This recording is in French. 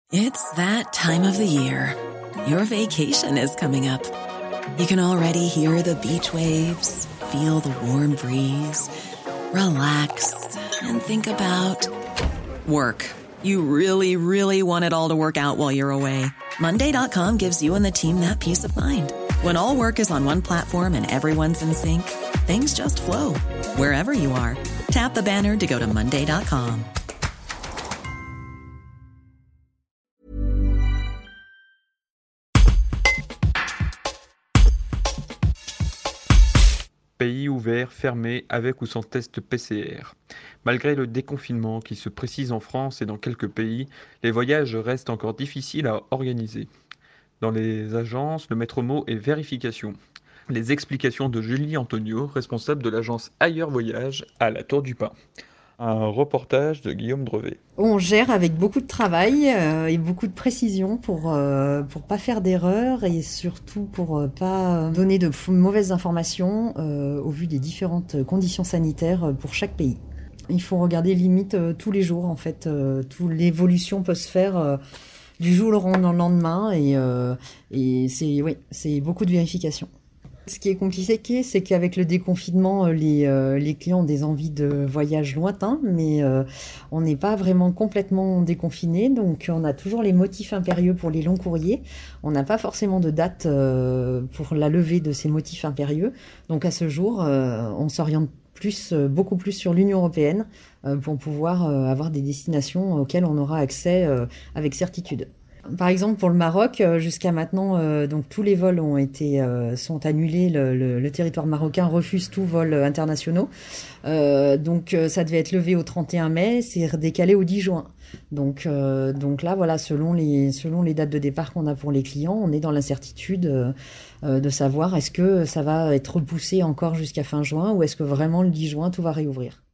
It's that time of the year. Your vacation is coming up. You can already hear the beach waves, feel the warm breeze, relax, and think about work. You really, really want it all to work out while you're away. Monday.com gives you and the team that peace of mind. When all work is on one platform and everyone's in sync, things just flow. Wherever you are, tap the banner to go to Monday.com. Pays ouverts, fermés, avec ou sans test PCR. Malgré le déconfinement qui se précise en France et dans quelques pays, les voyages restent encore difficiles à organiser. Dans les agences, le maître mot est vérification. Les explications de Julie Antonio, responsable de l'agence Ailleurs Voyage à la Tour du Pin. Un reportage de Guillaume Drevet. On gère avec beaucoup de travail et beaucoup de précision pour pas faire d'erreurs et surtout pour pas donner de mauvaises informations au vu des différentes conditions sanitaires pour chaque pays. Il faut regarder limite tous les jours en fait. L'évolution peut se faire du jour au lendemain et c'est beaucoup de vérification. Ce qui est compliqué, c'est qu'avec le déconfinement, les clients ont des envies de voyage lointains, mais on n'est pas vraiment complètement déconfiné, donc on a toujours les motifs impérieux pour les longs courriers. On n'a pas forcément de date pour la levée de ces motifs impérieux, donc à ce jour, on s'oriente beaucoup plus sur l'Union européenne pour pouvoir avoir des destinations auxquelles on aura accès avec certitude. Par exemple, pour le Maroc, jusqu'à maintenant, donc tous les vols sont annulés. Le territoire marocain refuse tous vols internationaux. Donc, ça devait être levé au 31 mai, c'est redécalé au 10 juin. Donc là, voilà, selon les dates de départ qu'on a pour les clients, on est dans l'incertitude de savoir est-ce que ça va être repoussé encore jusqu'à fin juin ou est-ce que vraiment le 10 juin tout va réouvrir.